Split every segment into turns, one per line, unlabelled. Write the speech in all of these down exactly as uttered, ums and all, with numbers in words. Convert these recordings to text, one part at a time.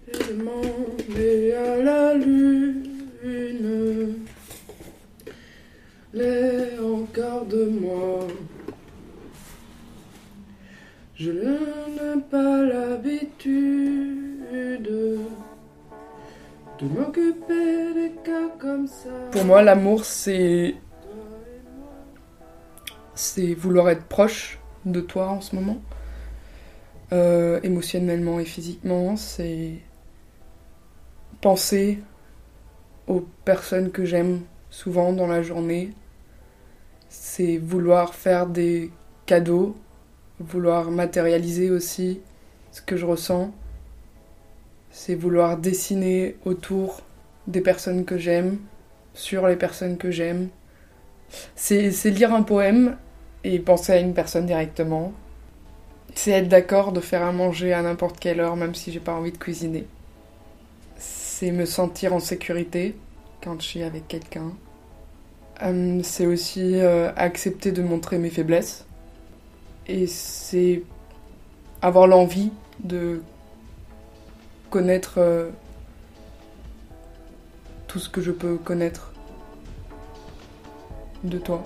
J'ai demandé à la lune, l'est encore de moi. Je n'ai pas l'habitude de m'occuper des cas comme ça. Pour moi, l'amour, c'est... c'est vouloir être proche de toi en ce moment. Euh, émotionnellement et physiquement, c'est penser aux personnes que j'aime souvent dans la journée. C'est vouloir faire des cadeaux, vouloir matérialiser aussi ce que je ressens. C'est vouloir dessiner autour des personnes que j'aime, sur les personnes que j'aime. C'est, c'est lire un poème et penser à une personne directement. C'est être d'accord de faire à manger à n'importe quelle heure, même si j'ai pas envie de cuisiner. C'est me sentir en sécurité quand je suis avec quelqu'un. Euh, c'est aussi euh, accepter de montrer mes faiblesses. Et c'est avoir l'envie de connaître euh, tout ce que je peux connaître de toi.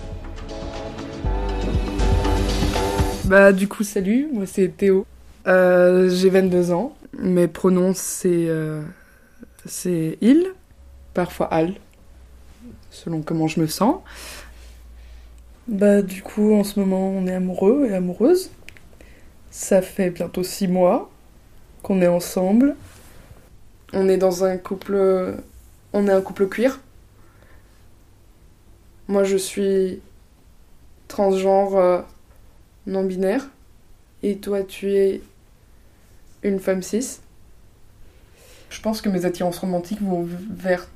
Bah du coup salut, moi c'est Théo. Euh, j'ai vingt-deux ans, mes pronoms c'est, euh, c'est il, parfois al, selon comment je me sens. Bah du coup en ce moment on est amoureux et amoureuse. Ça fait bientôt six mois qu'on est ensemble. On est dans un couple... On est un couple queer. Moi je suis transgenre euh, non-binaire. Et toi tu es une femme cis. Je pense que mes attirances romantiques vont vers...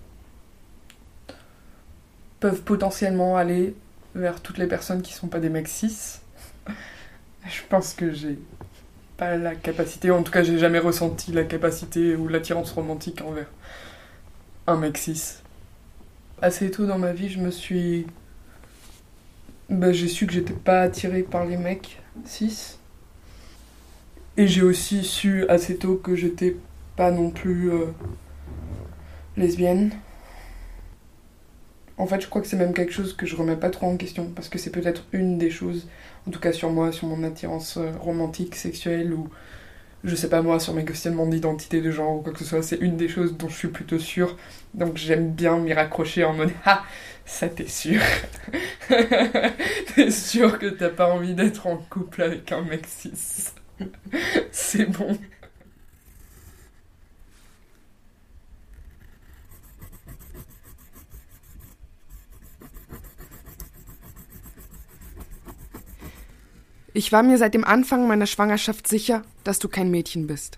peuvent potentiellement aller vers toutes les personnes qui sont pas des mecs cis. Je pense que j'ai pas la capacité, en tout cas j'ai jamais ressenti la capacité ou l'attirance romantique envers un mec cis. Assez tôt dans ma vie, je me suis... Bah, j'ai su que j'étais pas attirée par les mecs cis. Et j'ai aussi su assez tôt que j'étais pas non plus euh, lesbienne. En fait, je crois que c'est même quelque chose que je remets pas trop en question, parce que c'est peut-être une des choses, en tout cas sur moi, sur mon attirance romantique, sexuelle, ou je sais pas moi, sur mes questionnements d'identité de genre ou quoi que ce soit, c'est une des choses dont je suis plutôt sûre, donc j'aime bien m'y raccrocher en mode « Ah, ça t'es sûr !» T'es sûr que t'as pas envie d'être en couple avec un mec cis. C'est bon.
Ich war mir seit dem Anfang meiner Schwangerschaft sicher, dass du kein Mädchen bist.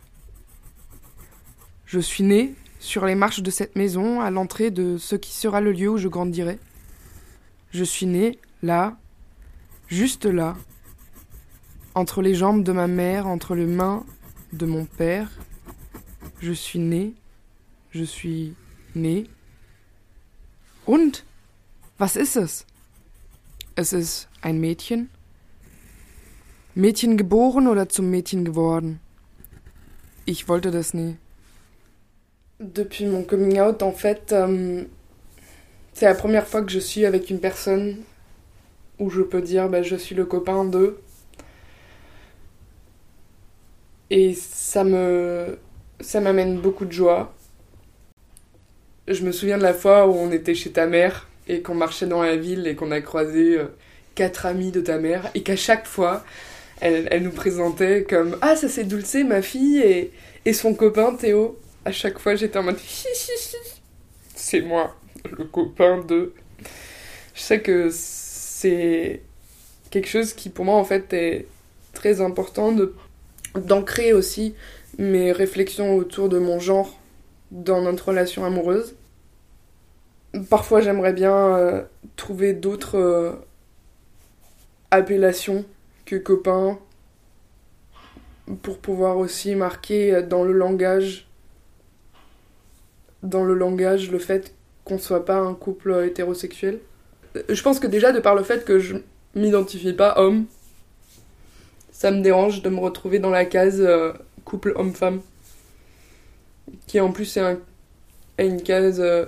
Je suis née sur les marches de cette maison, à l'entrée de ce qui sera le lieu où je grandirai. Je suis née là, juste là, entre les jambes de ma mère, entre les mains de mon père. Je suis née, je suis née. Und? Was ist es? Es ist ein Mädchen. Mädchen geboren oder zum Mädchen geworden? Ich wollte das nie.
Depuis mon coming out, en fait, euh, c'est la première fois que je suis avec une personne où je peux dire bah, je suis le copain de. Et ça me, ça m'amène beaucoup de joie. Je me souviens de la fois où on était chez ta mère et qu'on marchait dans la ville et qu'on a croisé euh, quatre amis de ta mère et qu'à chaque fois, elle, elle nous présentait comme « Ah, ça c'est Dulce, ma fille, et, et son copain Théo. » À chaque fois, j'étais en mode « Hi, hi, hi. C'est moi, le copain de... » Je sais que c'est quelque chose qui, pour moi, en fait, est très important de, d'ancrer aussi mes réflexions autour de mon genre dans notre relation amoureuse. Parfois, j'aimerais bien euh, trouver d'autres euh, appellations que copain pour pouvoir aussi marquer dans le langage dans le langage le fait qu'on soit pas un couple hétérosexuel. Je pense que déjà de par le fait que je m'identifie pas homme, ça me dérange de me retrouver dans la case euh, couple homme-femme. qui en plus est un, a une case euh,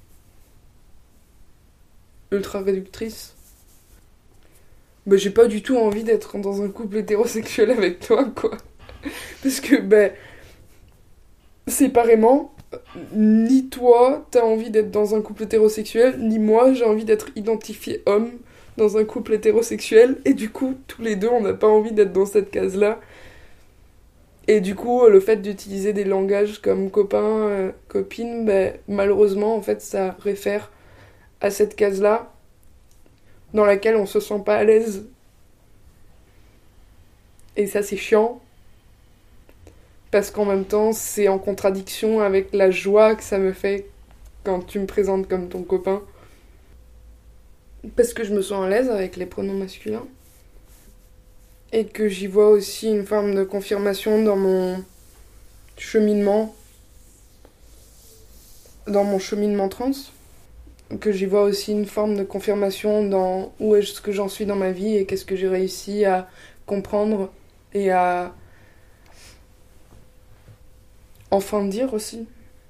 ultra réductrice. Bah, j'ai pas du tout envie d'être dans un couple hétérosexuel avec toi, quoi. Parce que, ben, bah, séparément, ni toi, t'as envie d'être dans un couple hétérosexuel, ni moi, j'ai envie d'être identifié homme dans un couple hétérosexuel, et du coup, tous les deux, on n'a pas envie d'être dans cette case-là. Et du coup, le fait d'utiliser des langages comme copain, euh, copine, ben, malheureusement, en fait, ça réfère à cette case-là, dans laquelle on se sent pas à l'aise. Et ça, c'est chiant. Parce qu'en même temps, c'est en contradiction avec la joie que ça me fait quand tu me présentes comme ton copain. Parce que je me sens à l'aise avec les pronoms masculins. Et que j'y vois aussi une forme de confirmation dans mon cheminement. Dans mon cheminement trans. Que j'y vois aussi une forme de confirmation dans où est-ce que j'en suis dans ma vie et qu'est-ce que j'ai réussi à comprendre et à enfin dire aussi.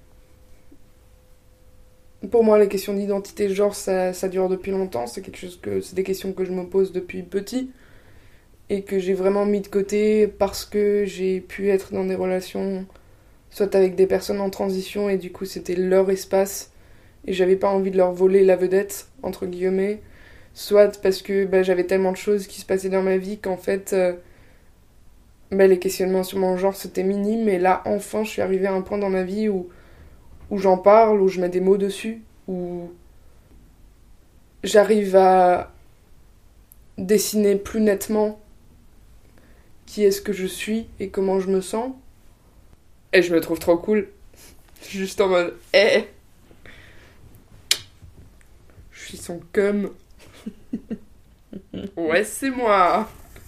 Pour moi, les questions d'identité de genre, ça, ça dure depuis longtemps. C'est quelque chose que, c'est des questions que je me pose depuis petit et que j'ai vraiment mis de côté parce que j'ai pu être dans des relations soit avec des personnes en transition et du coup c'était leur espace et j'avais pas envie de leur voler la vedette, entre guillemets, soit parce que bah, j'avais tellement de choses qui se passaient dans ma vie qu'en fait euh, bah, les questionnements sur mon genre c'était minime, et là enfin je suis arrivée à un point dans ma vie où, où j'en parle, où je mets des mots dessus, où j'arrive à dessiner plus nettement qui est-ce que je suis et comment je me sens. Et je me trouve trop cool. Juste en mode, hé hey, je suis son cum. Ouais, c'est moi.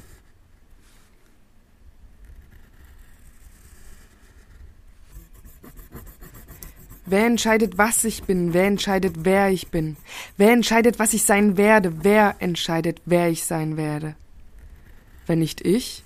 Wer entscheidet, was ich bin? Wer entscheidet, wer ich bin? Wer entscheidet, was ich sein werde? Wer entscheidet, wer ich sein werde? Wenn nicht ich?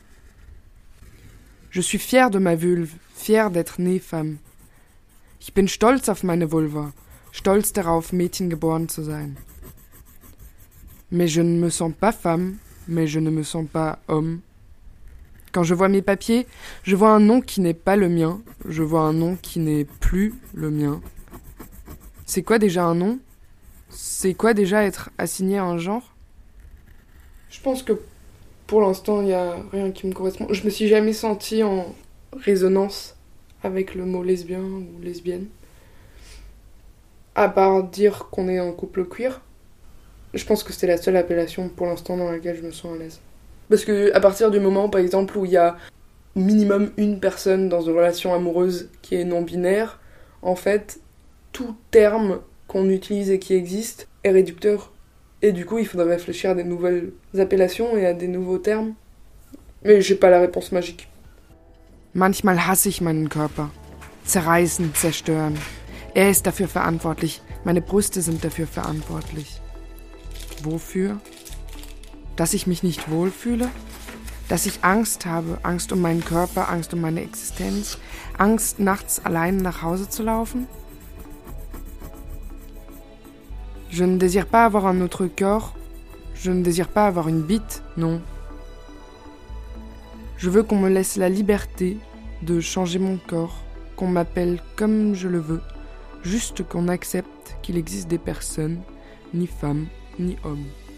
Je suis fier de ma vulve, fier d'être née femme. Ich bin stolz auf meine Vulva, stolz darauf, Mädchen geboren zu sein. Mais je ne me sens pas femme, mais je ne me sens pas homme. Quand je vois mes papiers, je vois un nom qui n'est pas le mien, je vois un nom qui n'est plus le mien. C'est quoi déjà un nom? C'est quoi déjà être assigné à un genre?
Je pense que pour l'instant, il n'y a rien qui me correspond. Je me suis jamais sentie en résonance avec le mot lesbien ou lesbienne. À part dire qu'on est un couple queer. Je pense que c'est la seule appellation pour l'instant dans laquelle je me sens à l'aise. Parce que à partir du moment, par exemple, où il y a minimum une personne dans une relation amoureuse qui est non-binaire, en fait, tout terme qu'on utilise et qui existe est réducteur. Et du coup, il faudrait réfléchir à des nouvelles appellations et à des nouveaux termes. Mais j'ai pas la réponse magique.
Manchmal hasse ich meinen Körper. Zerreißen, zerstören. Er ist dafür verantwortlich. Meine Brüste sind dafür verantwortlich. Wofür? Dass ich mich nicht wohlfühle? Dass ich Angst habe, Angst um meinen Körper, Angst um meine Existenz, Angst, nachts allein nach Hause zu laufen? Je ne désire pas avoir un autre corps, je ne désire pas avoir une bite, non. Je veux qu'on me laisse la liberté de changer mon corps, qu'on m'appelle comme je le veux, juste qu'on accepte qu'il existe des personnes, ni femmes, ni hommes.